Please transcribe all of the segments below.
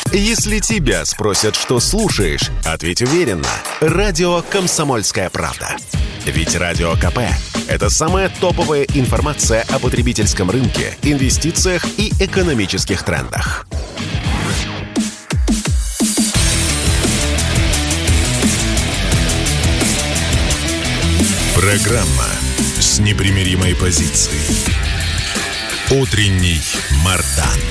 Если тебя спросят, что слушаешь, ответь уверенно. Радио «Комсомольская правда». Ведь Радио КП – это самая топовая информация о потребительском рынке, инвестициях и экономических трендах. Программа с непримиримой позицией. Утренний Мардан.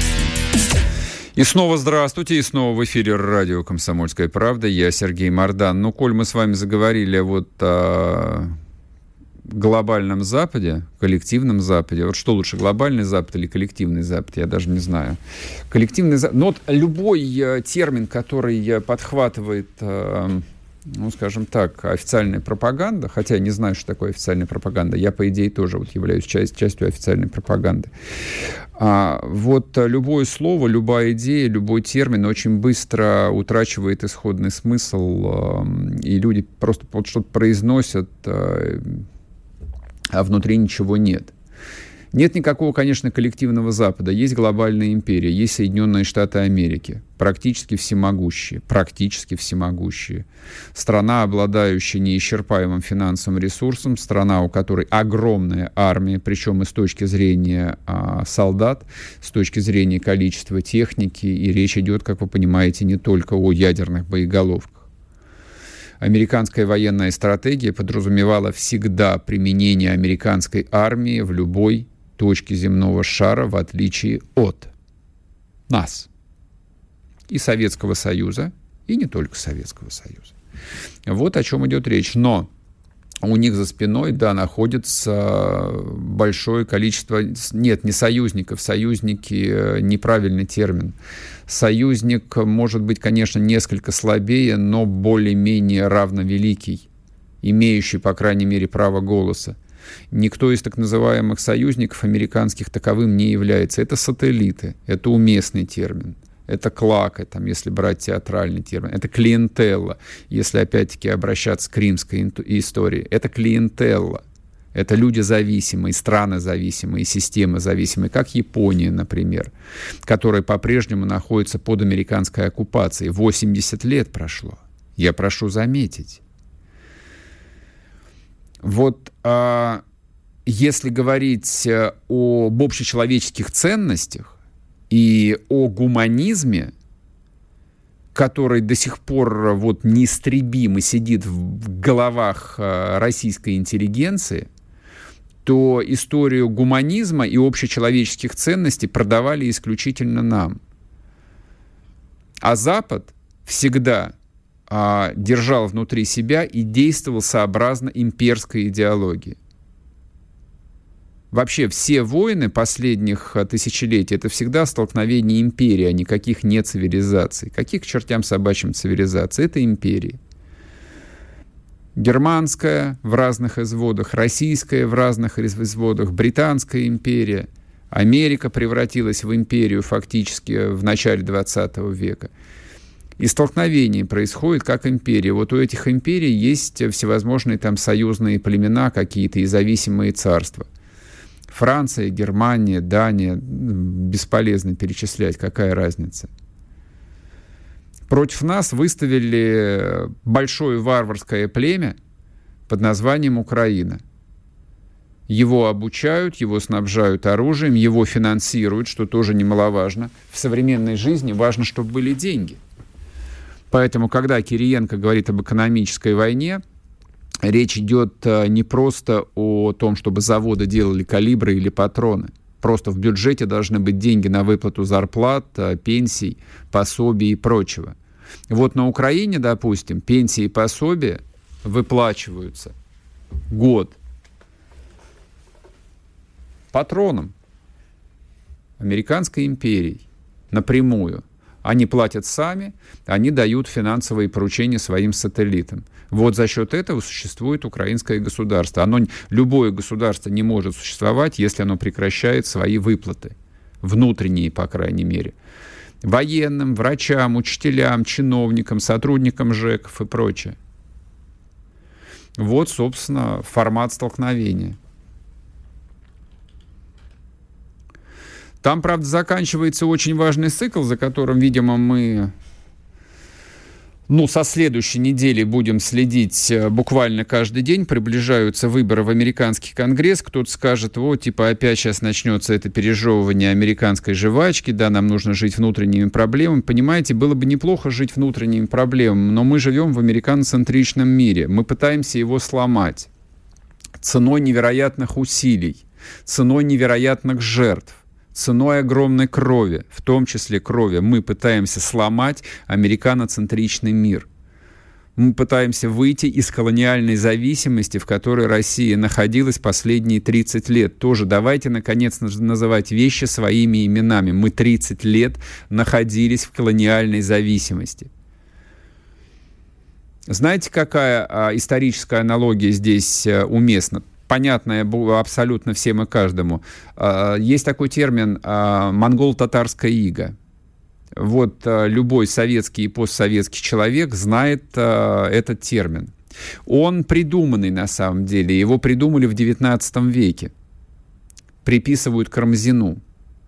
И снова здравствуйте, и снова в эфире радио «Комсомольская правда». Я Сергей Мардан. Ну, коль мы с вами заговорили вот о глобальном Западе, коллективном Западе. Вот что лучше, глобальный Запад или коллективный Запад? Я даже не знаю. Коллективный Запад. Но вот любой термин, который подхватывает, ну, скажем так, официальная пропаганда, хотя я не знаю, что такое официальная пропаганда, я, по идее, тоже вот являюсь частью официальной пропаганды. Вот любое слово, любая идея, любой термин очень быстро утрачивает исходный смысл, и люди просто вот что-то произносят, а внутри ничего нет. Нет никакого, конечно, коллективного Запада. Есть глобальная империя, есть Соединенные Штаты Америки, практически всемогущие. Страна, обладающая неисчерпаемым финансовым ресурсом, страна, у которой огромная армия, причем и с точки зрения солдат, с точки зрения количества техники, и речь идет, как вы понимаете, не только о ядерных боеголовках. Американская военная стратегия подразумевала всегда применение американской армии в любой точке земного шара, в отличие от нас. И Советского Союза, и не только Советского Союза. Вот о чем идет речь. Но у них за спиной, да, находится большое количество... Нет, не союзников. Союзники — неправильный термин. Союзник может быть, конечно, несколько слабее, но более-менее равновеликий, имеющий, по крайней мере, право голоса. Никто из так называемых союзников американских таковым не является. Это сателлиты, это уместный термин. Это клака, там, если брать театральный термин. Это клиентелла, если опять-таки обращаться к римской истории. Это клиентелла. Это люди зависимые, страны зависимые, системы зависимые, как Япония, например, которая по-прежнему находится под американской оккупацией. 80 лет прошло. Я прошу заметить. Вот если говорить об общечеловеческих ценностях и о гуманизме, который до сих пор вот неистребим и сидит в головах российской интеллигенции, то историю гуманизма и общечеловеческих ценностей продавали исключительно нам. А Запад всегда держал внутри себя и действовал сообразно имперской идеологии. Вообще все войны последних тысячелетий — это всегда столкновение империй, а никаких не цивилизаций. Каких к чертям собачьим цивилизаций? Это империи. Германская в разных изводах, российская в разных изводах, британская империя. Америка превратилась в империю фактически в начале 20 века. И столкновение происходит как империя. Вот у этих империй есть всевозможные там союзные племена какие-то и зависимые царства. Франция, Германия, Дания, бесполезно перечислять, какая разница. Против нас выставили большое варварское племя под названием Украина. Его обучают, его снабжают оружием, его финансируют, что тоже немаловажно. В современной жизни важно, чтобы были деньги. Поэтому, когда Кириенко говорит об экономической войне, речь идет не просто о том, чтобы заводы делали калибры или патроны. Просто в бюджете должны быть деньги на выплату зарплат, пенсий, пособий и прочего. Вот на Украине, допустим, пенсии и пособия выплачиваются год патронам американской империи напрямую. Они платят сами, они дают финансовые поручения своим сателлитам. Вот за счет этого существует украинское государство. Любое государство не может существовать, если оно прекращает свои выплаты. Внутренние, по крайней мере. Военным, врачам, учителям, чиновникам, сотрудникам ЖЭКов и прочее. Вот, собственно, формат столкновения. Там, правда, заканчивается очень важный цикл, за которым, видимо, мы... со следующей недели будем следить буквально каждый день. Приближаются выборы в американский конгресс. Кто-то скажет, опять сейчас начнется это пережевывание американской жвачки, да, нам нужно жить внутренними проблемами. Понимаете, было бы неплохо жить внутренними проблемами, но мы живем в американоцентричном мире. Мы пытаемся его сломать ценой невероятных усилий, ценой невероятных жертв, ценой огромной крови, в том числе крови, мы пытаемся сломать американоцентричный мир. Мы пытаемся выйти из колониальной зависимости, в которой Россия находилась последние 30 лет. Тоже давайте, наконец, называть вещи своими именами. Мы 30 лет находились в колониальной зависимости. Знаете, какая историческая аналогия здесь уместна? Понятное абсолютно всем и каждому. Есть такой термин «монголо-татарская ига». Любой советский и постсоветский человек знает этот термин. Он придуманный на самом деле. Его придумали в XIX веке. Приписывают Карамзину.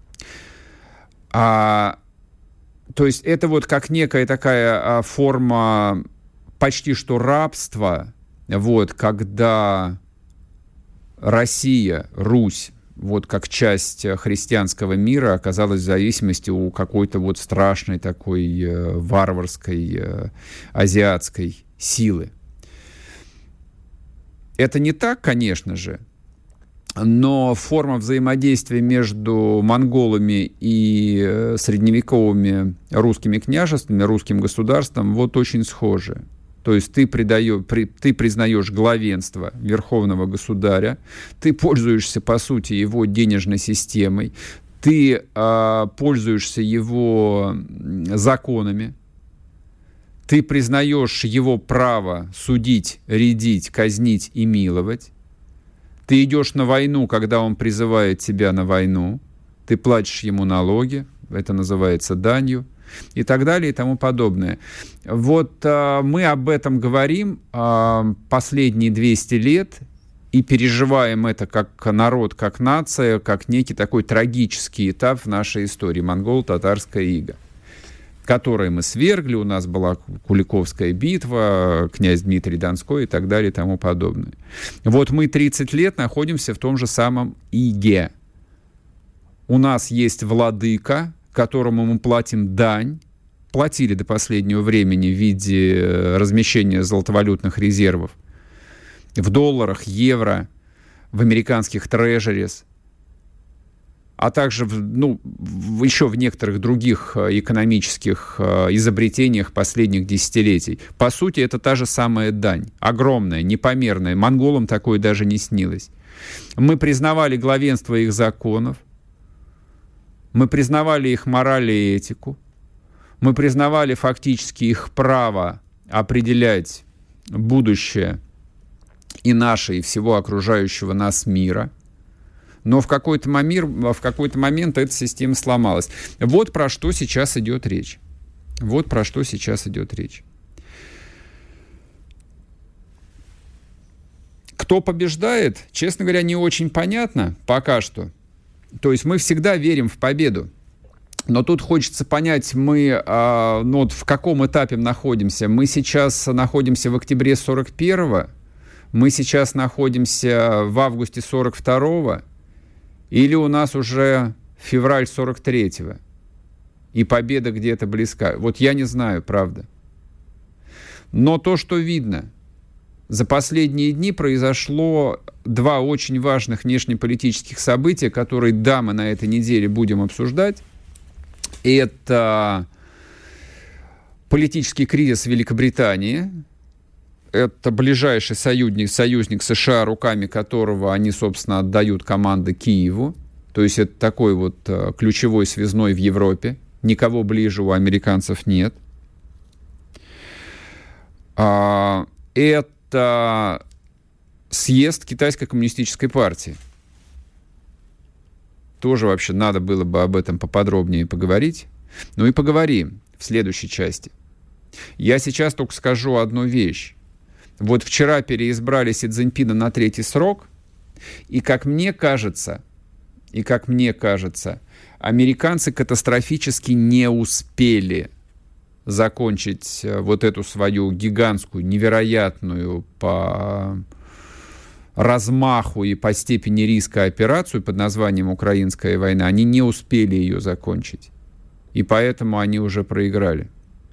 То есть это как некая такая форма почти что рабства, когда... Россия, Русь, как часть христианского мира оказалась в зависимости у какой-то страшной такой варварской азиатской силы. Это не так, конечно же, но форма взаимодействия между монголами и средневековыми русскими княжествами, русским государством очень схожа. То есть ты признаешь главенство верховного государя, ты пользуешься, по сути, его денежной системой, ты пользуешься его законами, ты признаешь его право судить, рядить, казнить и миловать, ты идешь на войну, когда он призывает тебя на войну, ты платишь ему налоги, это называется данью, и так далее, и тому подобное. Мы об этом говорим последние 200 лет и переживаем это как народ, как нация, как некий такой трагический этап в нашей истории. Монголо-татарская ига, которую мы свергли, у нас была Куликовская битва, князь Дмитрий Донской и так далее, и тому подобное. Мы 30 лет находимся в том же самом иге. У нас есть владыка, которому мы платим дань, платили до последнего времени в виде размещения золотовалютных резервов в долларах, евро, в американских трежерис, а также еще в некоторых других экономических изобретениях последних десятилетий. По сути, это та же самая дань, огромная, непомерная. Монголам такое даже не снилось. Мы признавали главенство их законов, мы признавали их мораль и этику, мы признавали фактически их право определять будущее и наше, и всего окружающего нас мира. Но в какой-то момент эта система сломалась. Про что сейчас идет речь. Кто побеждает, честно говоря, не очень понятно пока что. То есть мы всегда верим в победу. Но тут хочется понять, мы в каком этапе находимся. Мы сейчас находимся в октябре 41-го, мы сейчас находимся в августе 42-го, или у нас уже февраль 43-го, и победа где-то близка. Я не знаю, правда. Но то, что видно, за последние дни произошло два очень важных внешнеполитических события, которые, мы на этой неделе будем обсуждать. Это политический кризис Великобритании. Это ближайший союзник США, руками которого они, собственно, отдают команды Киеву. То есть это такой ключевой связной в Европе. Никого ближе у американцев нет. Это съезд Китайской коммунистической партии. Тоже вообще надо было бы об этом поподробнее поговорить. И поговорим в следующей части. Я сейчас только скажу одну вещь. Вчера переизбрали Си Цзиньпина на 3-й срок, и как мне кажется, Американцы катастрофически не успели закончить вот эту свою гигантскую, невероятную по размаху и по степени риска операцию под названием «Украинская война». Они не успели ее закончить. И поэтому они уже проиграли.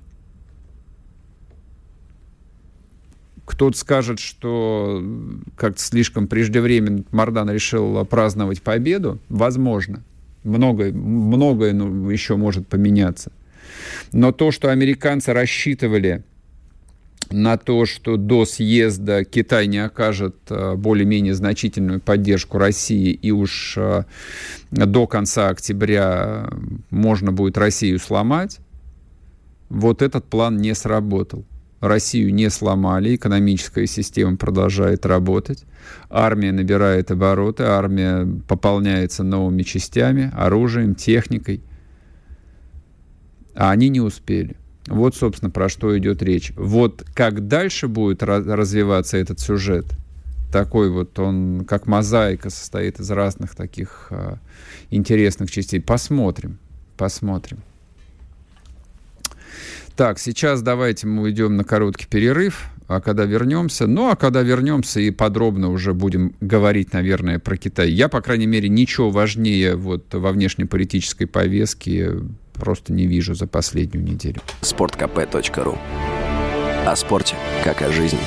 Кто-то скажет, что как-то слишком преждевременно Мардан решил праздновать победу. Возможно. Многое еще может поменяться. Но то, что американцы рассчитывали на то, что до съезда Китай не окажет более-менее значительную поддержку России, и уж до конца октября можно будет Россию сломать, вот этот план не сработал. Россию не сломали, экономическая система продолжает работать, армия набирает обороты, армия пополняется новыми частями, оружием, техникой, а они не успели. Вот, собственно, про что идет речь. Вот как дальше будет развиваться этот сюжет, такой вот он, как мозаика, состоит из разных таких интересных частей. Посмотрим. Так, сейчас давайте мы уйдем на короткий перерыв, а когда вернемся и подробно уже будем говорить, наверное, про Китай. Я, по крайней мере, ничего важнее вот во внешнеполитической повестке просто не вижу за последнюю неделю. sportkp.ru. О спорте, как о жизни.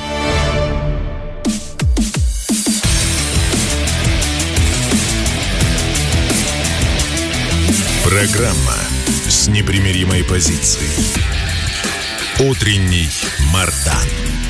Программа с непримиримой позицией. Утренний Мардан.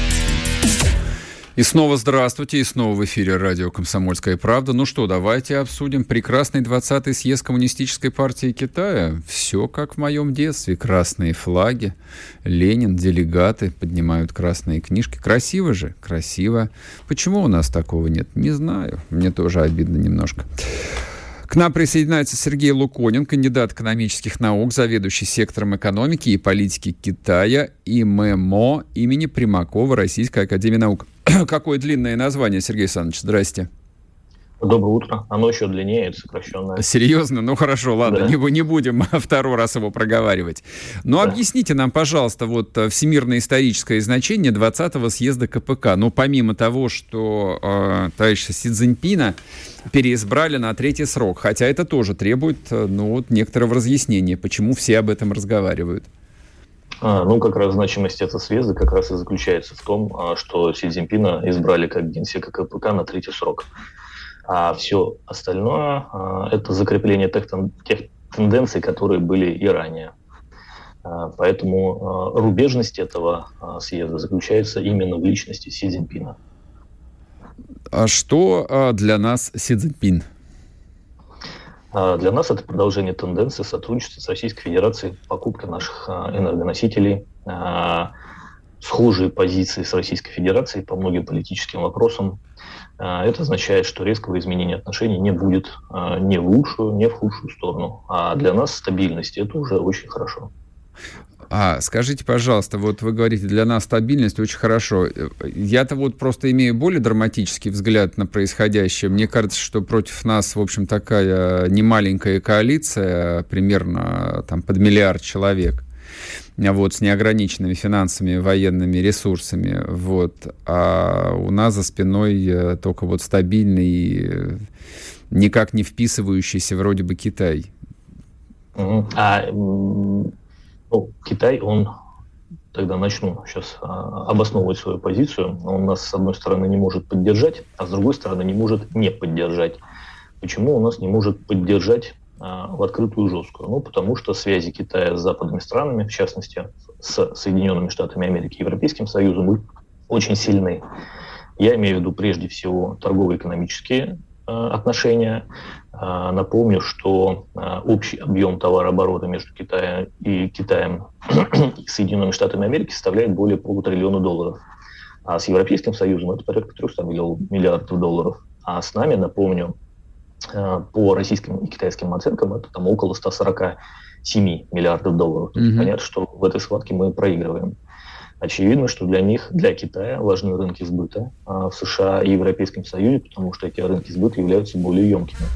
И снова здравствуйте, и снова в эфире радио «Комсомольская правда». Ну что, давайте обсудим прекрасный 20-й съезд Коммунистической партии Китая. Все как в моем детстве. Красные флаги, Ленин, делегаты поднимают красные книжки. Красиво же, красиво. Почему у нас такого нет? Не знаю. Мне тоже обидно немножко. К нам присоединяется Сергей Луконин, кандидат экономических наук, заведующий сектором экономики и политики Китая ИММО имени Примакова Российской академии наук. Какое длинное название, Сергей Александрович, здрасте. Доброе утро. Оно еще длиннее, это сокращенное. Серьезно? Ну хорошо, ладно, да. не будем второй раз его проговаривать. Но объясните нам, пожалуйста, вот всемирное историческое значение 20-го съезда КПК. Ну, помимо того, что товарища Си Цзиньпина переизбрали на 3-й срок, хотя это тоже требует, некоторого разъяснения, почему все об этом разговаривают. Как раз значимость этого съезда как раз и заключается в том, что Си Цзиньпина избрали как генсека КПК на 3-й срок. А все остальное – это закрепление тех тенденций, которые были и ранее. Поэтому рубежность этого съезда заключается именно в личности Си Цзиньпина. А что для нас Си Цзиньпин? Для нас это продолжение тенденции сотрудничества с Российской Федерацией, покупка наших энергоносителей, схожие позиции с Российской Федерацией по многим политическим вопросам. Это означает, что резкого изменения отношений не будет ни в лучшую, ни в худшую сторону. А для нас стабильность – это уже очень хорошо. Скажите, пожалуйста, вот вы говорите, для нас стабильность очень хорошо. Я-то вот просто имею более драматический взгляд на происходящее. Мне кажется, что против нас, в общем, такая немаленькая коалиция, примерно там под 1 миллиард человек, вот, с неограниченными финансовыми, военными ресурсами, вот, а у нас за спиной только вот стабильный, никак не вписывающийся вроде бы Китай. Китай, он, тогда начну сейчас обосновывать свою позицию, он нас, с одной стороны, не может поддержать, а с другой стороны, не может не поддержать. Почему он нас не может поддержать в открытую жесткую? Потому что связи Китая с западными странами, в частности, с Соединенными Штатами Америки и Европейским Союзом, очень сильны. Я имею в виду прежде всего торгово-экономические отношения. Напомню, что общий объем товарооборота между Китаем и Соединенными Штатами Америки составляет более $500 триллиона. А с Европейским Союзом это порядка 300 миллиардов долларов. А с нами, напомню, по российским и китайским оценкам, это там около 147 миллиардов долларов. То есть понятно, что в этой схватке мы проигрываем. Очевидно, что для Китая важны рынки сбыта в США и Европейском Союзе, потому что эти рынки сбыта являются более емкими.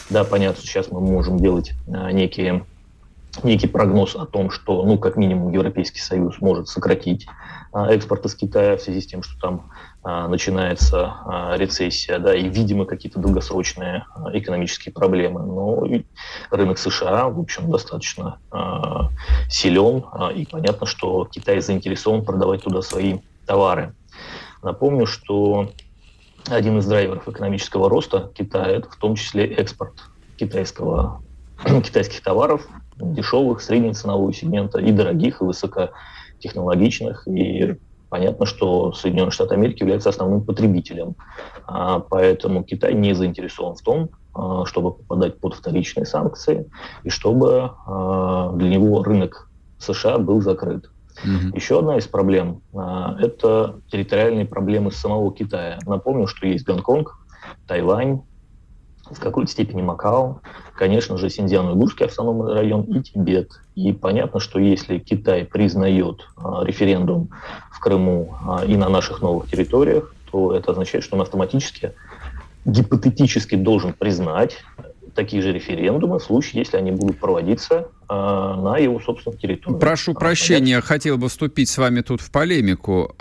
Да, понятно, сейчас мы можем делать некий прогноз о том, что, как минимум, Европейский Союз может сократить экспорт из Китая в связи с тем, что там начинается рецессия, да, и, видимо, какие-то долгосрочные экономические проблемы. Но рынок США, в общем, достаточно силен, и понятно, что Китай заинтересован продавать туда свои товары. Напомню, что один из драйверов экономического роста Китая – это в том числе экспорт китайских товаров, дешевых, среднего ценового сегмента, и дорогих, и высокотехнологичных. И понятно, что Соединенные Штаты Америки являются основным потребителем. Поэтому Китай не заинтересован в том, чтобы попадать под вторичные санкции, и чтобы для него рынок США был закрыт. Еще одна из проблем – это территориальные проблемы самого Китая. Напомню, что есть Гонконг, Тайвань, в какой-то степени Макао, конечно же, Синьцзян-Уйгурский автономный район и Тибет. И понятно, что если Китай признает референдум в Крыму и на наших новых территориях, то это означает, что он автоматически, гипотетически должен признать такие же референдумы в случае, если они будут проводиться на его собственных территориях. Прошу прощения, хотел бы вступить с вами тут в полемику.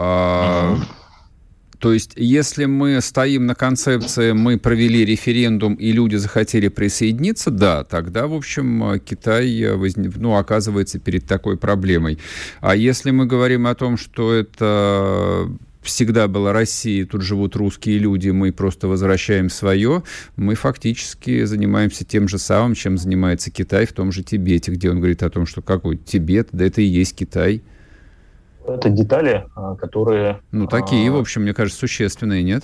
То есть, если мы стоим на концепции, мы провели референдум, и люди захотели присоединиться, да, тогда, в общем, Китай оказывается перед такой проблемой. А если мы говорим о том, что это всегда была Россия, тут живут русские люди, мы просто возвращаем свое, мы фактически занимаемся тем же самым, чем занимается Китай в том же Тибете, где он говорит о том, что какой Тибет, да это и есть Китай. Это детали, которые... такие, в общем, мне кажется, существенные, нет?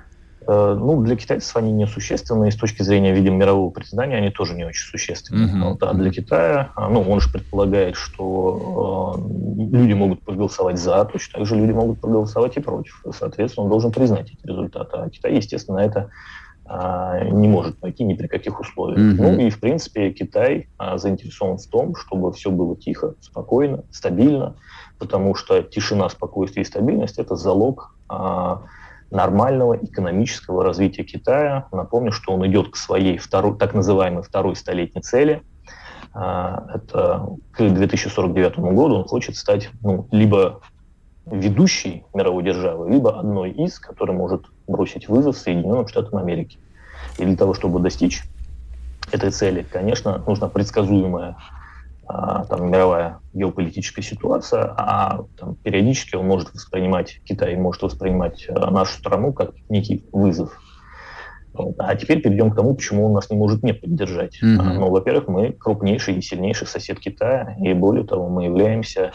Для китайцев они несущественные. С точки зрения, видимо, мирового признания, они тоже не очень существенные. А для Китая, он же предполагает, что люди могут проголосовать за, точно так же люди могут проголосовать и против. Соответственно, он должен признать эти результаты. А Китай, естественно, на это не может пойти ни при каких условиях. И, в принципе, Китай заинтересован в том, чтобы все было тихо, спокойно, стабильно, потому что тишина, спокойствие и стабильность – это залог нормального экономического развития Китая. Напомню, что он идет к своей так называемой второй столетней цели. Это к 2049 году он хочет стать либо ведущей мировой державой, либо одной из, которая может бросить вызов Соединенным Штатам Америки. И для того, чтобы достичь этой цели, конечно, нужна предсказуемая мировая геополитическая ситуация, а периодически Китай может воспринимать нашу страну как некий вызов. А теперь перейдем к тому, почему он нас не может не поддержать. Во-первых, мы крупнейший и сильнейший сосед Китая, и более того, мы являемся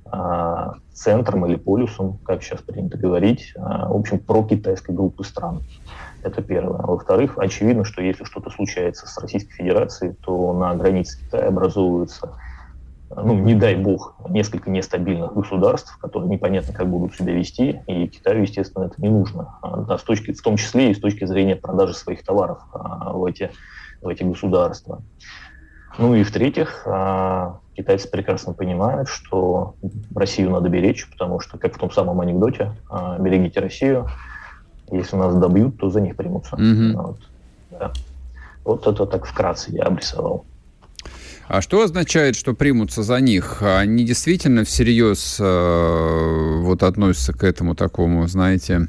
центром или полюсом, как сейчас принято говорить, в общем, прокитайской группы стран. Это первое. Во-вторых, очевидно, что если что-то случается с Российской Федерацией, то на границе Китая образовываются, не дай бог, несколько нестабильных государств, которые непонятно как будут себя вести, и Китаю, естественно, это не нужно. В том числе и с точки зрения продажи своих товаров в эти государства. И в-третьих, китайцы прекрасно понимают, что Россию надо беречь, потому что, как в том самом анекдоте, «берегите Россию, если нас добьют, то за них примутся». Вот это так вкратце я обрисовал. А что означает, что примутся за них? Они действительно всерьез относятся к этому такому, знаете,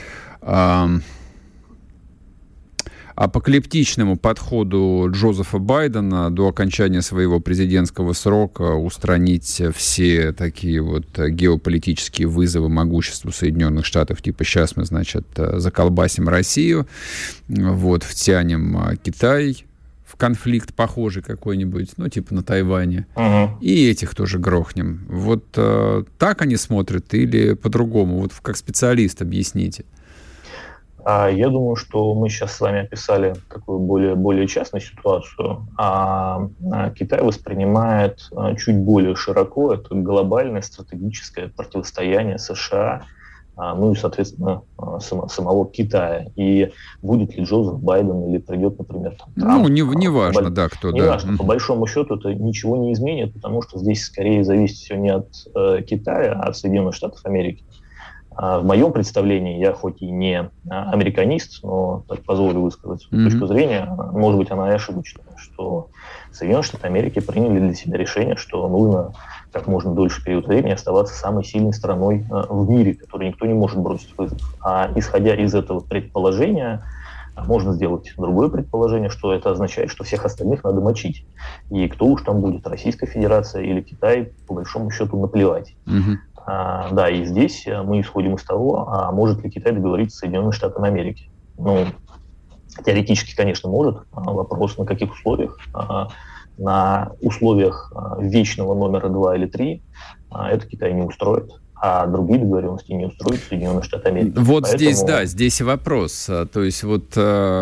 апокалиптичному подходу Джозефа Байдена до окончания своего президентского срока устранить все такие геополитические вызовы могуществу Соединенных Штатов, типа сейчас мы, заколбасим Россию, втянем Китай в конфликт похожий какой-нибудь, типа на Тайване, и этих тоже грохнем. Так они смотрят или по-другому? Как специалист объясните. Я думаю, что мы сейчас с вами описали такую более частную ситуацию, а Китай воспринимает чуть более широко это глобальное стратегическое противостояние США, и, соответственно, самого Китая. И будет ли Джозеф Байден или придет, например, Трамп. Неважно, кто. Неважно, по большому счету это ничего не изменит, потому что здесь скорее зависит все не от Китая, а от Соединенных Штатов Америки. В моем представлении, я хоть и не американист, но так позволю высказать свою точку зрения, может быть, она и ошибочная, что Соединенные Штаты Америки приняли для себя решение, что нужно как можно дольше период времени оставаться самой сильной страной в мире, которой никто не может бросить вызов. А исходя из этого предположения, можно сделать другое предположение, что это означает, что всех остальных надо мочить. И кто уж там будет, Российская Федерация или Китай, по большому счету, наплевать. Да, и здесь мы исходим из того, может ли Китай договориться с Соединенными Штатами Америки. Ну, теоретически, конечно, может. Вопрос, на каких условиях. На условиях вечного номера 2 или 3 это Китай не устроит. А другие договоренности не устроят Соединенные Штаты Америки. Вот поэтому... здесь и вопрос. То есть вот,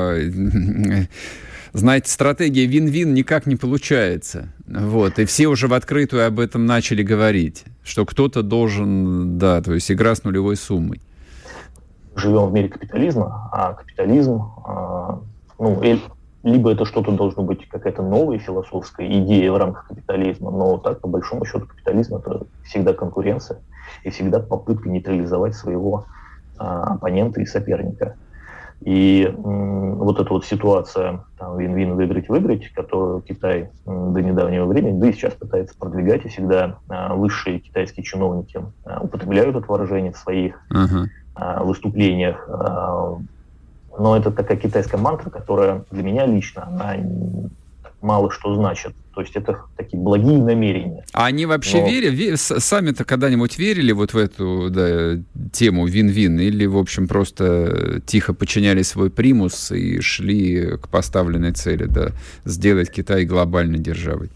знаете, стратегия вин-вин никак не получается. Вот. И все уже в открытую об этом начали говорить, что кто-то должен, да, то есть игра с нулевой суммой. Живем в мире капитализма, а капитализм, либо это что-то должно быть, какая-то новая философская идея в рамках капитализма, но так, по большому счету, капитализм — это всегда конкуренция и всегда попытка нейтрализовать своего оппонента и соперника. И вот эта вот ситуация, там, вин-вин, выиграть, которую Китай до недавнего времени, да и сейчас пытается продвигать, и всегда высшие китайские чиновники употребляют это выражение в своих выступлениях. Но это такая китайская мантра, которая для меня лично, она мало что значит. То есть это такие благие намерения. А они вообще сами-то когда-нибудь верили вот в эту тему вин-вин? Или, в общем, просто тихо подчиняли свой примус и шли к поставленной цели, сделать Китай глобальной державой?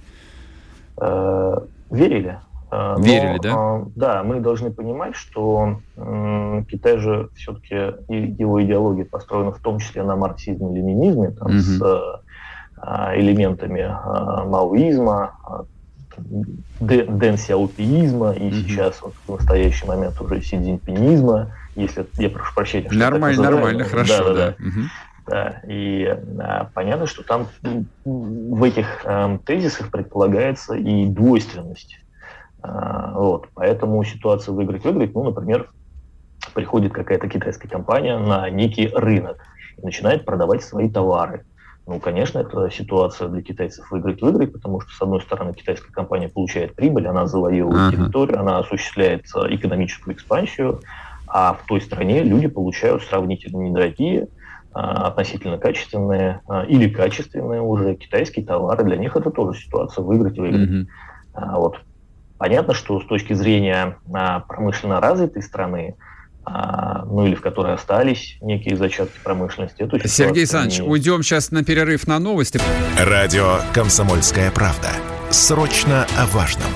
Верили. Верили, да? Да, мы должны понимать, что Китай же все-таки, его идеология построена в том числе на марксизме и ленинизме, там, с элементами маоизма, дэн сяопиизма и сейчас вот, в настоящий момент уже си-дзиньпинизма, если я прошу прощения. Нормально, хорошо, да. Да, и понятно, что там в этих тезисах предполагается и двойственность. Вот, поэтому ситуация выиграть, например, приходит какая-то китайская компания на некий рынок и начинает продавать свои товары. Ну, конечно, это ситуация для китайцев выиграть, потому что, с одной стороны, китайская компания получает прибыль, она завоевывает территорию, она осуществляет экономическую экспансию, а в той стране люди получают сравнительно недорогие, относительно качественные или качественные уже китайские товары. Для них это тоже ситуация выиграть. Вот. Понятно, что с точки зрения промышленно развитой страны, или в которой остались некие зачатки промышленности. Сергей Александрович, уйдем сейчас на перерыв на новости. Радио «Комсомольская правда». Срочно о важном.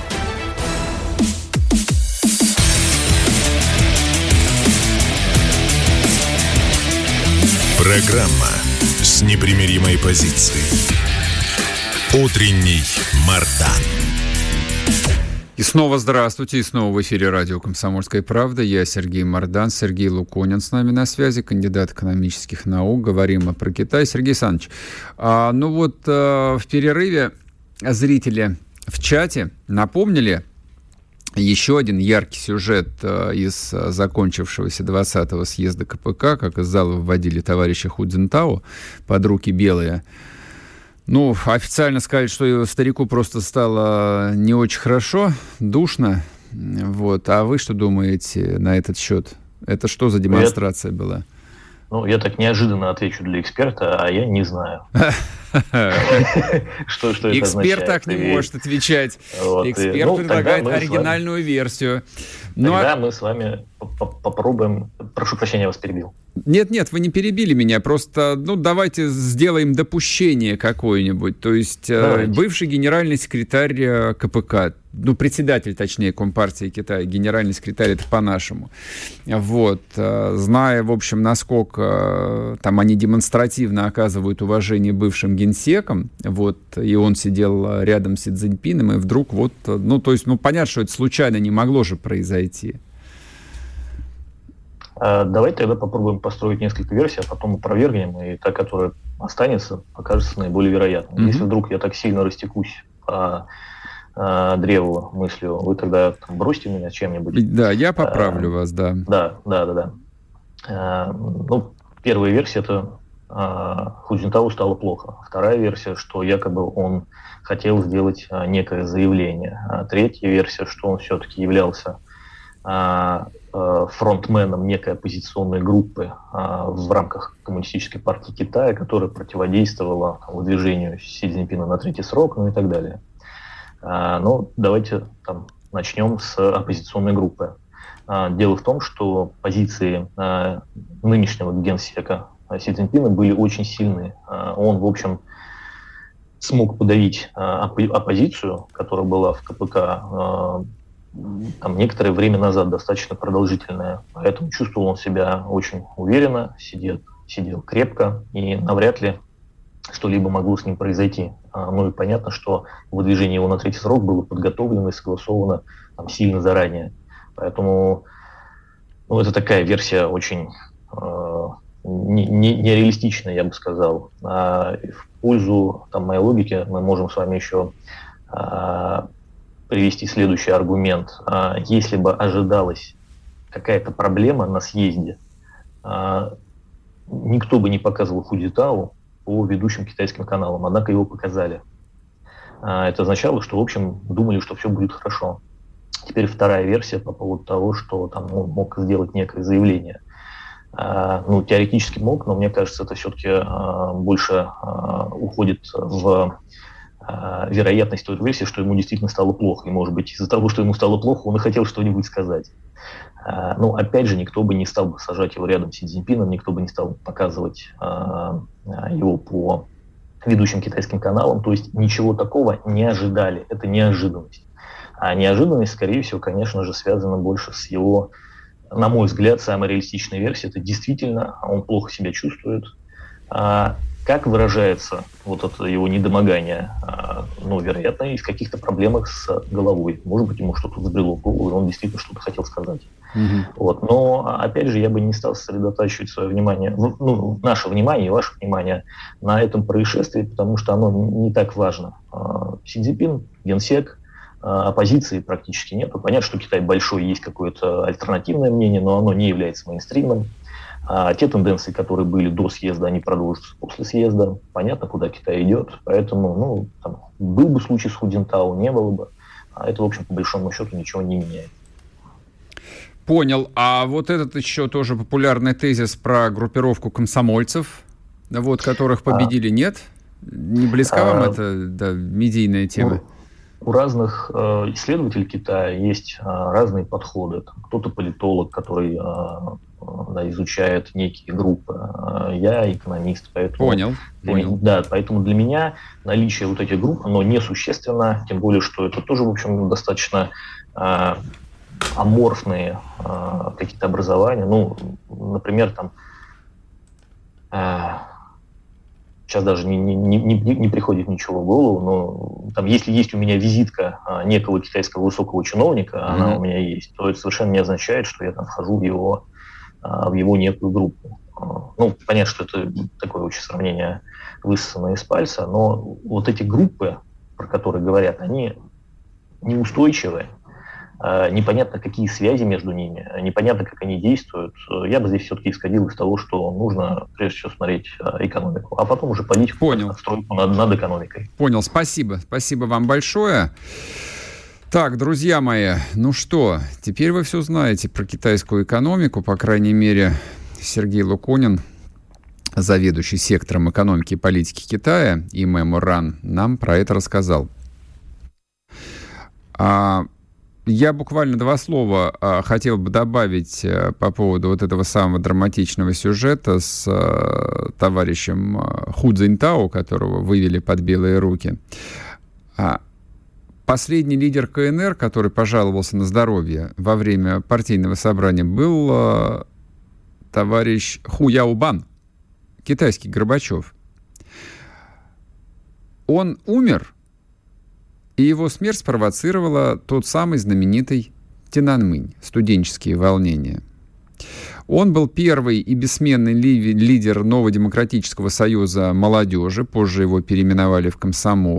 Программа с непримиримой позицией. Утренний Мардан. И снова здравствуйте, и снова в эфире радио «Комсомольская правда». Я Сергей Мардан, Сергей Луконин с нами на связи, кандидат экономических наук. Говорим про Китай. Сергей Александрович, в перерыве зрители в чате напомнили еще один яркий сюжет из закончившегося 20-го съезда КПК, как из зала выводили товарища Ху Цзиньтао под руки белые. Официально сказали, что старику просто стало не очень хорошо, душно. Вот. А вы что думаете на этот счет? Это что за демонстрация была? Я так неожиданно отвечу для эксперта, а я не знаю. Что это означает? Эксперт так не может отвечать. Эксперт предлагает оригинальную версию. Тогда мы с вами попробуем... Прошу прощения, я вас перебил. Нет, вы не перебили меня, просто, давайте сделаем допущение какое-нибудь. То есть бывший генеральный секретарь КПК, председатель, точнее, Компартии Китая, генеральный секретарь, это по-нашему. Вот, зная, в общем, насколько там они демонстративно оказывают уважение бывшим генсекам, вот, и он сидел рядом с Си Цзиньпином, и вдруг понятно, что это случайно не могло же произойти. Давайте тогда попробуем построить несколько версий, а потом опровергнем, и та, которая останется, окажется наиболее вероятной. Если вдруг я так сильно растекусь по древу мыслью, вы тогда бросьте меня чем-нибудь. Да, я поправлю вас, да. Да. Первая версия – это Худзинтау стало плохо. Вторая версия, что якобы он хотел сделать некое заявление. Третья версия, что он все-таки являлся фронтменом некой оппозиционной группы в рамках Коммунистической партии Китая, которая противодействовала выдвижению Си Цзиньпина на третий срок, и так далее. Давайте начнем с оппозиционной группы. Дело в том, что позиции нынешнего генсека Си Цзиньпина были очень сильны. Он, в общем, смог подавить оппозицию, которая была в КПК некоторое время назад, достаточно продолжительное. Поэтому чувствовал он себя очень уверенно, сидел крепко, и навряд ли что-либо могло с ним произойти. И понятно, что выдвижение его на третий срок было подготовлено и согласовано сильно заранее. Поэтому это такая версия очень нереалистичная, я бы сказал. В пользу моей логики мы можем с вами еще привести следующий аргумент. Если бы ожидалась какая-то проблема на съезде, никто бы не показывал Худзинтау по ведущим китайским каналам, однако его показали. Это означало, что, в общем, думали, что все будет хорошо. Теперь вторая версия по поводу того, что он мог сделать некое заявление. Теоретически мог, но мне кажется, это все-таки больше уходит в вероятность той версии, что ему действительно стало плохо. И, может быть, из-за того, что ему стало плохо, он и хотел что-нибудь сказать. Опять же, никто бы не стал бы сажать его рядом с Си Цзиньпином, никто бы не стал показывать его по ведущим китайским каналам. То есть ничего такого не ожидали. Это неожиданность. А неожиданность, скорее всего, конечно же, связана больше с его, на мой взгляд, самой реалистичной версией. Это действительно он плохо себя чувствует. Как выражается это его недомогание? Вероятно, и в каких-то проблемах с головой. Может быть, ему что-то взбрело в голову, и он действительно что-то хотел сказать. Но, опять же, я бы не стал сосредотачивать свое внимание, наше внимание и ваше внимание на этом происшествии, потому что оно не так важно. Си Цзиньпин, генсек, оппозиции практически нет. Понятно, что Китай большой, есть какое-то альтернативное мнение, но оно не является мейнстримом. Те тенденции, которые были до съезда, они продолжатся после съезда. Понятно, куда Китай идет. Поэтому, был бы случай с Худзинтау, не было бы. Это, в общем, по большому счету ничего не меняет. Понял. А вот этот еще тоже популярный тезис про группировку комсомольцев, которых победили, нет? Не близка вам эта медийная тема? У разных исследователей Китая есть разные подходы. Кто-то политолог, который изучает некие группы. Я экономист, поэтому... Понял. Поэтому для меня наличие этих групп, оно несущественно, тем более, что это тоже, в общем, достаточно аморфные какие-то образования. Например, сейчас даже не приходит ничего в голову, но если есть у меня визитка некого китайского высокого чиновника, она у меня есть, то это совершенно не означает, что я вхожу в его некую группу. Понятно, что это такое очень сравнение высосанное из пальца, но эти группы, про которые говорят, они неустойчивы, непонятно, какие связи между ними, непонятно, как они действуют. Я бы здесь все-таки исходил из того, что нужно, прежде всего, смотреть экономику, а потом уже политику, отстройку над экономикой. Понял, спасибо. Спасибо вам большое. Так, друзья мои, теперь вы все знаете про китайскую экономику, по крайней мере, Сергей Луконин, заведующий сектором экономики и политики Китая, и Мэморан, нам про это рассказал. Я буквально 2 слова хотел бы добавить по поводу этого самого драматичного сюжета с товарищем Ху Цзиньтао, которого вывели под белые руки. Последний лидер КНР, который пожаловался на здоровье во время партийного собрания, был товарищ Ху Яобан, китайский Горбачев. Он умер, и его смерть спровоцировала тот самый знаменитый Тяньаньмэнь, студенческие волнения. Он был первый и бессменный лидер Нового демократического союза молодежи, позже его переименовали в Комсомол.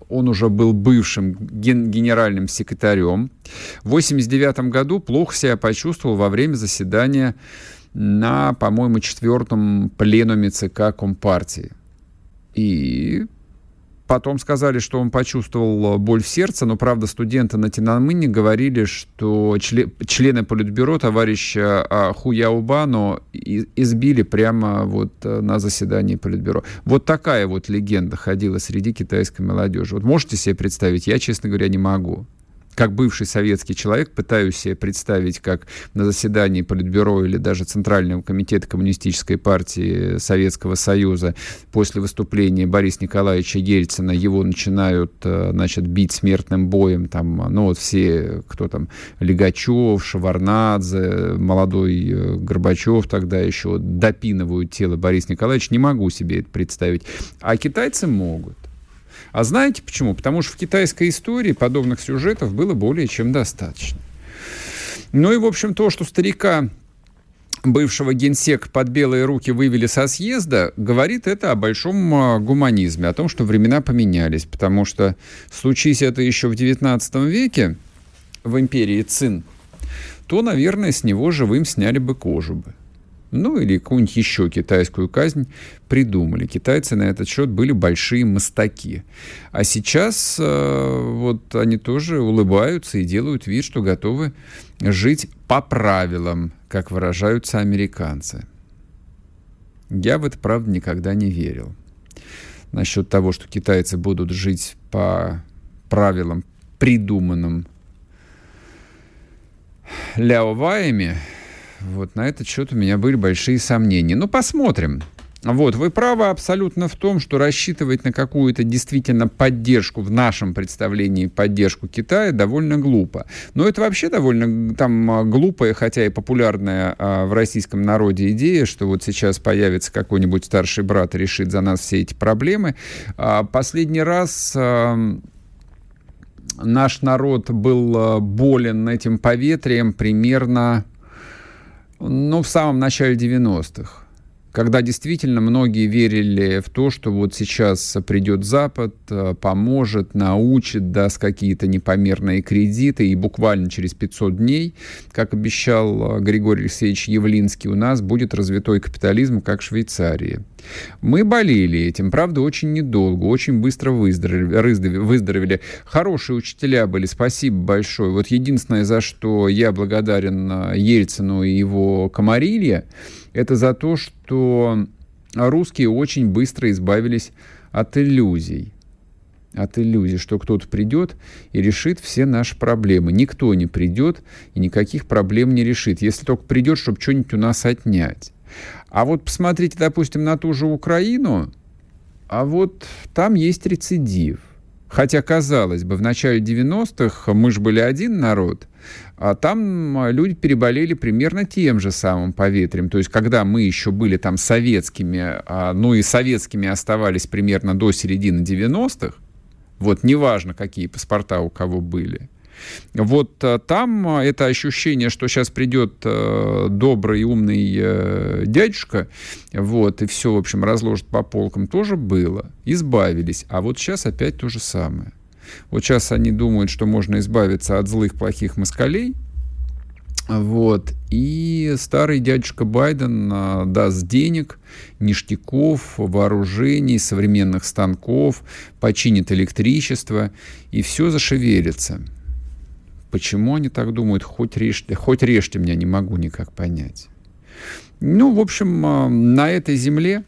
он уже был бывшим генеральным секретарем. В 1989 году плохо себя почувствовал во время заседания на, по-моему, 4-м пленуме ЦК Компартии. И потом сказали, что он почувствовал боль в сердце, но, правда, студенты на Тяньаньмэне говорили, что члены Политбюро товарища Ху Яобано избили прямо вот на заседании Политбюро. Вот такая вот легенда ходила среди китайской молодежи. Вот можете себе представить? Я, честно говоря, не могу. Как бывший советский человек пытаюсь себе представить, как на заседании Политбюро или даже Центрального комитета Коммунистической партии Советского Союза после выступления Бориса Николаевича Ельцина его начинают, значит, бить смертным боем. Там, ну, вот все, кто там, Лигачев, Шеварднадзе, молодой Горбачев тогда еще допинывают тело Бориса Николаевича. Не могу себе это представить. А китайцы могут. А знаете почему? Потому что в китайской истории подобных сюжетов было более чем достаточно. Ну и, в общем, то, что старика, бывшего генсека, под белые руки вывели со съезда, говорит это о большом гуманизме, о том, что времена поменялись. Потому что, случись это еще в XIX веке, в империи Цин, то, наверное, с него живым сняли бы кожу бы. Ну, или какую-нибудь еще китайскую казнь придумали. Китайцы на этот счет были большие мастаки. А сейчас вот они тоже улыбаются и делают вид, что готовы жить по правилам, как выражаются американцы. Я в это, правда, никогда не верил. Насчет того, что китайцы будут жить по правилам, придуманным ляоваями, вот на этот счет у меня были большие сомнения. Ну, посмотрим. Вот, вы правы абсолютно в том, что рассчитывать на какую-то действительно поддержку, в нашем представлении поддержку Китая, довольно глупо. Но это вообще довольно там глупая, хотя и популярная в российском народе идея, что вот сейчас появится какой-нибудь старший брат и решит за нас все эти проблемы. Последний раз наш народ был болен этим поветрием примерно, в самом начале 90-х, когда действительно многие верили в то, что вот сейчас придет Запад, поможет, научит, даст какие-то непомерные кредиты, и буквально через 500 дней, как обещал Григорий Алексеевич Явлинский, у нас будет развитой капитализм, как в Швейцарии. Мы болели этим, правда, очень недолго, очень быстро выздоровели. Хорошие учителя были, спасибо большое. Вот единственное, за что я благодарен Ельцину и его комарилье, это за то, что русские очень быстро избавились от иллюзий. От иллюзий, что кто-то придет и решит все наши проблемы. Никто не придет и никаких проблем не решит, если только придет, чтобы что-нибудь у нас отнять. А вот посмотрите, допустим, на ту же Украину, а вот там есть рецидив. Хотя, казалось бы, в начале 90-х мы же были один народ, а там люди переболели примерно тем же самым поветрием. То есть, когда мы еще были там советскими, ну и советскими оставались примерно до середины 90-х, вот неважно, какие паспорта у кого были, вот там это ощущение, что сейчас придет добрый, умный дядюшка, вот, и все, в общем, разложит по полкам, тоже было. Избавились. А вот сейчас опять то же самое. Вот сейчас они думают, что можно избавиться от злых, плохих москалей, вот, и старый дядюшка Байден даст денег, ништяков, вооружений, современных станков, починит электричество, и все зашевелится. Почему они так думают? Хоть режьте меня, не могу никак понять. Ну, в общем, на этой земле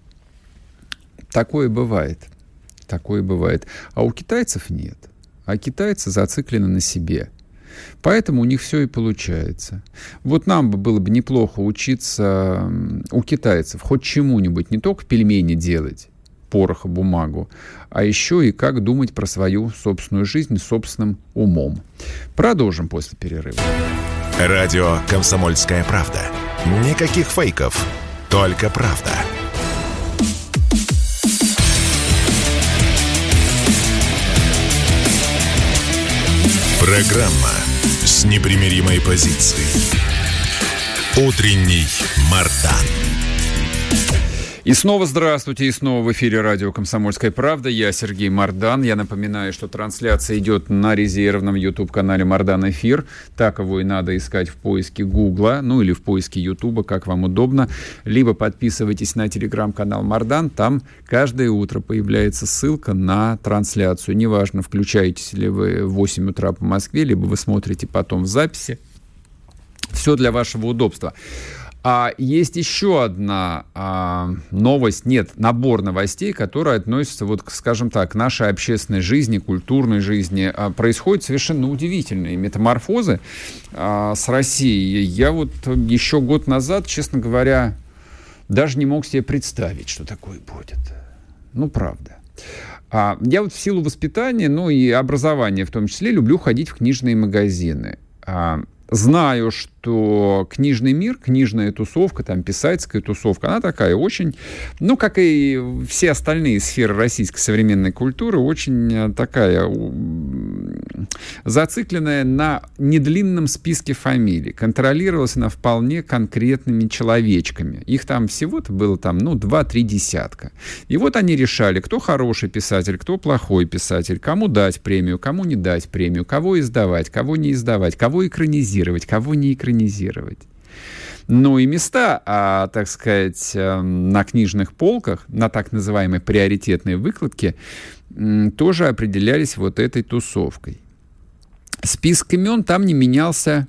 такое бывает. Такое бывает. А у китайцев нет. А китайцы зациклены на себе. Поэтому у них все и получается. Вот нам было бы неплохо учиться у китайцев хоть чему-нибудь, не только пельмени делать, порох и бумагу, а еще и как думать про свою собственную жизнь собственным умом. Продолжим после перерыва. Радио «Комсомольская правда». Никаких фейков, только правда. Программа с непримиримой позицией. Утренний Мардан. И снова здравствуйте, и снова в эфире радио «Комсомольская правда». Я Сергей Мардан. Я напоминаю, что трансляция идет на резервном YouTube-канале «Мардан Эфир». Так его и надо искать в поиске Гугла, ну или в поиске Ютуба, как вам удобно. Либо подписывайтесь на телеграм-канал «Мардан». Там каждое утро появляется ссылка на трансляцию. Неважно, включаетесь ли вы в 8 утра по Москве, либо вы смотрите потом в записи. Все для вашего удобства. А есть еще одна новость, набор новостей, которые относятся, вот, скажем так, к нашей общественной жизни, культурной жизни. Происходят совершенно удивительные метаморфозы с Россией. Я вот еще год назад, честно говоря, даже не мог себе представить, что такое будет. Ну, правда. Я вот в силу воспитания, ну и образования в том числе, люблю ходить в книжные магазины. Знаю, что книжный мир, книжная тусовка, там, писательская тусовка, она такая очень, ну, как и все остальные сферы российской современной культуры, очень такая зацикленная на недлинном списке фамилий. Контролировалась она вполне конкретными человечками. Их там всего-то было там, 2-3 десятка. И вот они решали, кто хороший писатель, кто плохой писатель, кому дать премию, кому не дать премию, кого издавать, кого не издавать, кого экранизировать, кого не экранизировать. Ну и места, так сказать, на книжных полках, на так называемой приоритетной выкладке, тоже определялись вот этой тусовкой. Список имен там не менялся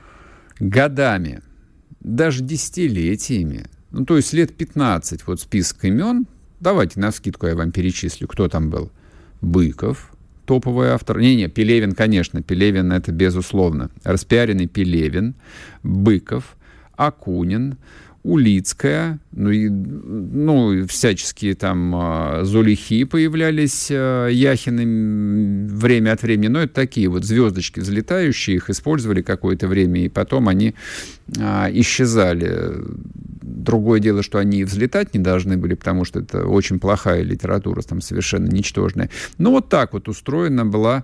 годами, даже десятилетиями. Ну, то есть лет 15 вот список имен. Давайте навскидку я вам перечислю, кто там был. Быков, топовый автор. Пелевин, конечно, Пелевин это безусловно. Распиаренный Пелевин, Быков, Акунин, Улицкая, всяческие там Зулихи появлялись, Яхины время от времени, но это такие вот звездочки взлетающие, их использовали какое-то время, и потом они исчезали. Другое дело, что они и взлетать не должны были, потому что это очень плохая литература, там совершенно ничтожная. Но вот так вот устроена была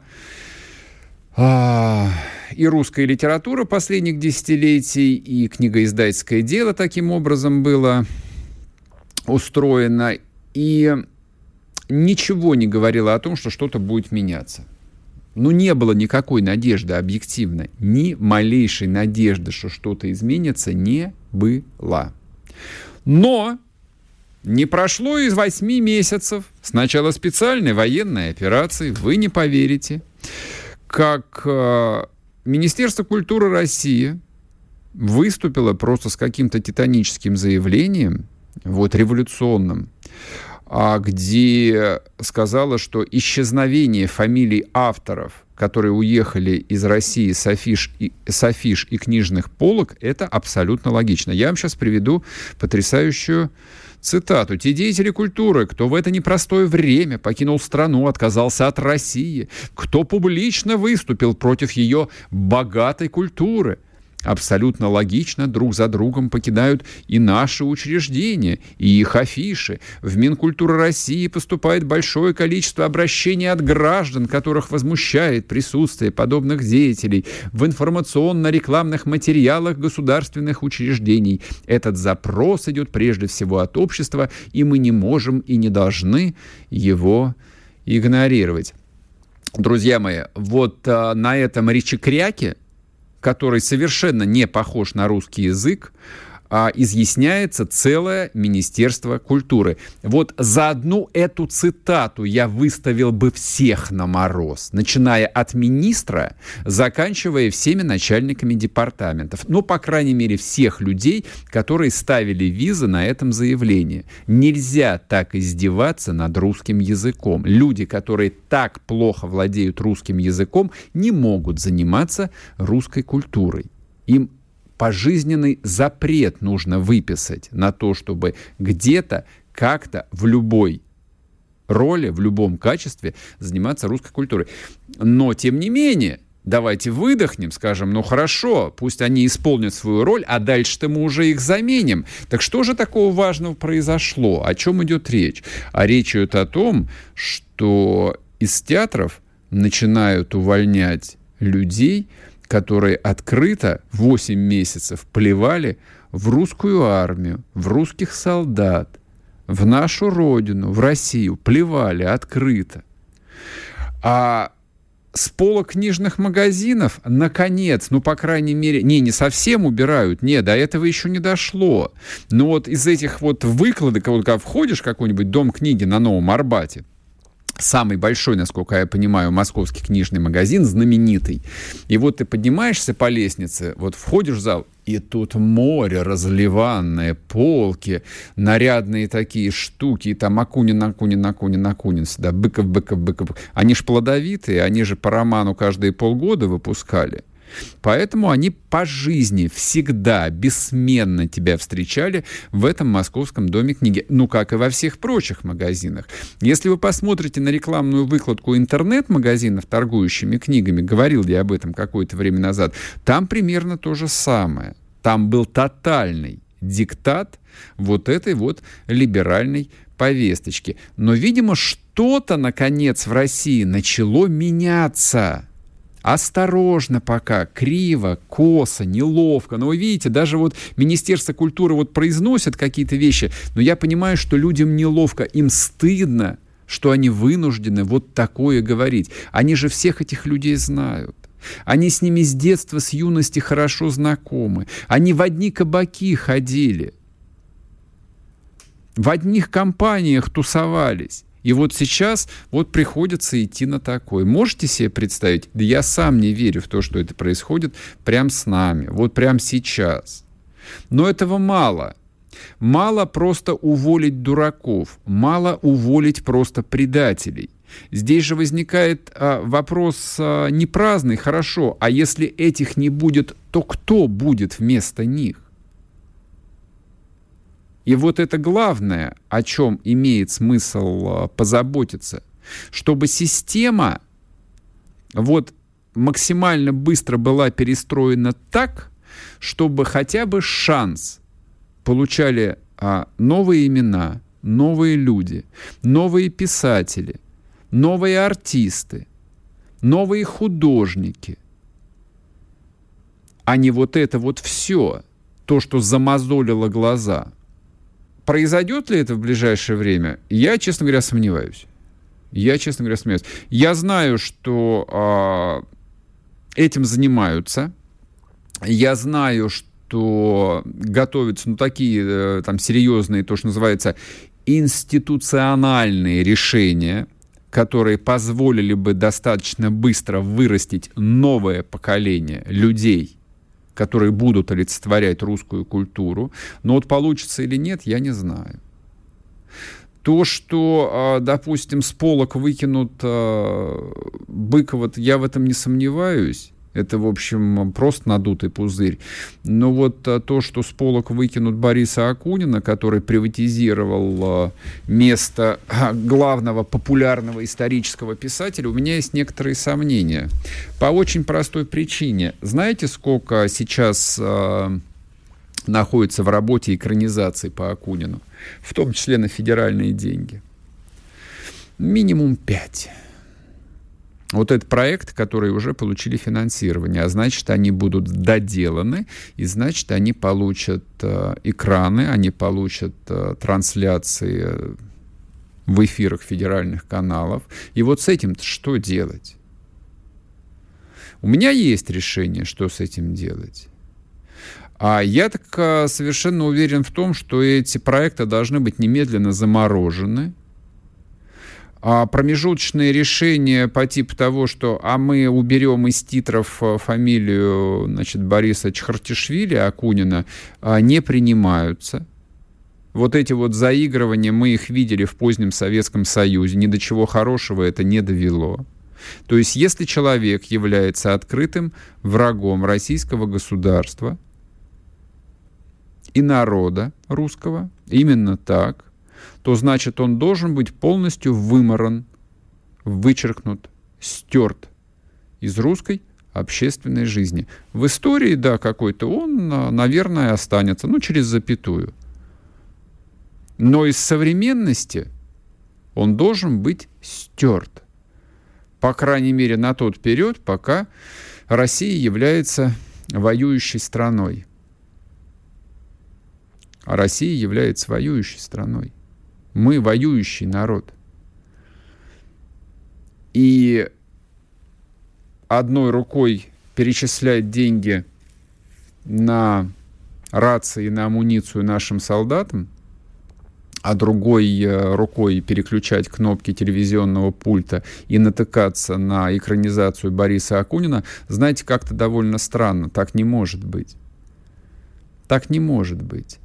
и русская литература последних десятилетий, и книгоиздательское дело таким образом было устроено, и ничего не говорило о том, что что-то будет меняться. Не было никакой надежды объективно, ни малейшей надежды, что что-то изменится, не было. Но не прошло и 8 месяцев с начала специальной военной операции, вы не поверите, как Министерство культуры России выступило просто с каким-то титаническим заявлением, революционным, где сказала, что исчезновение фамилий авторов, которые уехали из России с афиш и книжных полок, это абсолютно логично. Я вам сейчас приведу потрясающую цитату. «Те деятели культуры, кто в это непростое время покинул страну, отказался от России, кто публично выступил против ее богатой культуры, абсолютно логично друг за другом покидают и наши учреждения, и их афиши. В Минкультуру России поступает большое количество обращений от граждан, которых возмущает присутствие подобных деятелей в информационно-рекламных материалах государственных учреждений. Этот запрос идет прежде всего от общества, и мы не можем и не должны его игнорировать». Друзья мои, на этом речекряке, который совершенно не похож на русский язык, изъясняется целое Министерство культуры. За одну эту цитату я выставил бы всех на мороз, начиная от министра, заканчивая всеми начальниками департаментов. По крайней мере, всех людей, которые ставили визы на этом заявлении. Нельзя так издеваться над русским языком. Люди, которые так плохо владеют русским языком, не могут заниматься русской культурой. Им пожизненный запрет нужно выписать на то, чтобы где-то, как-то, в любой роли, в любом качестве заниматься русской культурой. Но, тем не менее, давайте выдохнем, скажем, хорошо, пусть они исполнят свою роль, а дальше-то мы уже их заменим. Так что же такого важного произошло? О чем идет речь? А речь идет о том, что из театров начинают увольнять людей, которые открыто 8 месяцев плевали в русскую армию, в русских солдат, в нашу родину, в Россию, плевали открыто. А с полок книжных магазинов, наконец, ну, по крайней мере, не совсем убирают, до этого еще не дошло. Но вот из этих вот выкладок, вот когда входишь в какой-нибудь дом книги на Новом Арбате, самый большой, насколько я понимаю, московский книжный магазин, знаменитый. И вот ты поднимаешься по лестнице, вот входишь в зал, и тут море разливанное, полки, нарядные такие штуки, и там Акунин сюда, Быков. Они ж плодовитые, они же по роману каждые полгода выпускали. Поэтому они по жизни всегда, бессменно тебя встречали в этом московском доме книги. Ну, как и во всех прочих магазинах. Если вы посмотрите на рекламную выкладку интернет-магазинов, торгующими книгами, говорил я об этом какое-то время назад, там примерно то же самое. Там был тотальный диктат вот этой вот либеральной повесточки. Но, видимо, что-то, наконец, в России начало меняться. Осторожно пока, криво, косо, неловко. Но вы видите, даже вот Министерство культуры вот произносит какие-то вещи, но я понимаю, что людям неловко, им стыдно, что они вынуждены вот такое говорить. Они же всех этих людей знают. Они с ними с детства, с юности хорошо знакомы. Они в одни кабаки ходили. В одних компаниях тусовались. И вот сейчас вот приходится идти на такое. Можете себе представить? Да я сам не верю в то, что это происходит прямо с нами, вот прямо сейчас. Но этого мало. Мало просто уволить дураков, мало уволить просто предателей. Здесь же возникает вопрос не праздный, хорошо, а если этих не будет, то кто будет вместо них? И вот это главное, о чем имеет смысл позаботиться, чтобы система вот максимально быстро была перестроена так, чтобы хотя бы шанс получали новые имена, новые люди, новые писатели, новые артисты, новые художники, а не вот это вот все, то, что замазолило глаза. Произойдет ли это в ближайшее время? Я, честно говоря, сомневаюсь. Я знаю, что этим занимаются. Я знаю, что готовятся такие там серьезные, то, что называется, институциональные решения, которые позволили бы достаточно быстро вырастить новое поколение людей, которые будут олицетворять русскую культуру. Но вот получится или нет, я не знаю. То, что, допустим, с полок выкинут Быкова, я в этом не сомневаюсь. Это, в общем, просто надутый пузырь. Но вот то, что с полок выкинут Бориса Акунина, который приватизировал место главного популярного исторического писателя, у меня есть некоторые сомнения. По очень простой причине. Знаете, сколько сейчас находится в работе экранизации по Акунину? В том числе на федеральные деньги. Минимум 5. Вот этот проект, который уже получили финансирование, а значит, они будут доделаны, и значит, они получат экраны, они получат трансляции в эфирах федеральных каналов. И вот с этим что делать? У меня есть решение, что с этим делать. А я так совершенно уверен в том, что эти проекты должны быть немедленно заморожены. А промежуточные решения по типу того, что мы уберем из титров фамилию, Бориса Чхартишвили, Акунина, не принимаются. Вот эти вот заигрывания, мы их видели в позднем Советском Союзе, ни до чего хорошего это не довело. То есть, если человек является открытым врагом российского государства и народа русского, именно так, то значит, он должен быть полностью выморан, вычеркнут, стерт из русской общественной жизни. В истории, да, какой-то он, наверное, останется, через запятую. Но из современности он должен быть стерт. По крайней мере, на тот период, пока Россия является воюющей страной. А Россия является воюющей страной. Мы воюющий народ. И одной рукой перечислять деньги на рации и на амуницию нашим солдатам, а другой рукой переключать кнопки телевизионного пульта и натыкаться на экранизацию Бориса Акунина, знаете, как-то довольно странно. Так не может быть. Так не может быть.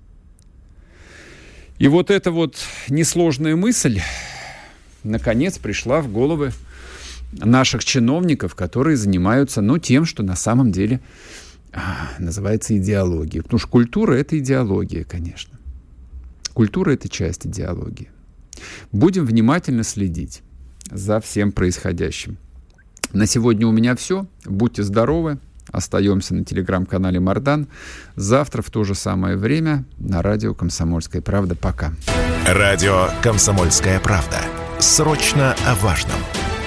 И вот эта вот несложная мысль, наконец, пришла в головы наших чиновников, которые занимаются, тем, что на самом деле называется идеологией. Потому что культура — это идеология, конечно. Культура — это часть идеологии. Будем внимательно следить за всем происходящим. На сегодня у меня все. Будьте здоровы. Остаемся на телеграм-канале Мардан. Завтра в то же самое время на радио «Комсомольская правда». Пока. Радио «Комсомольская правда». Срочно о важном.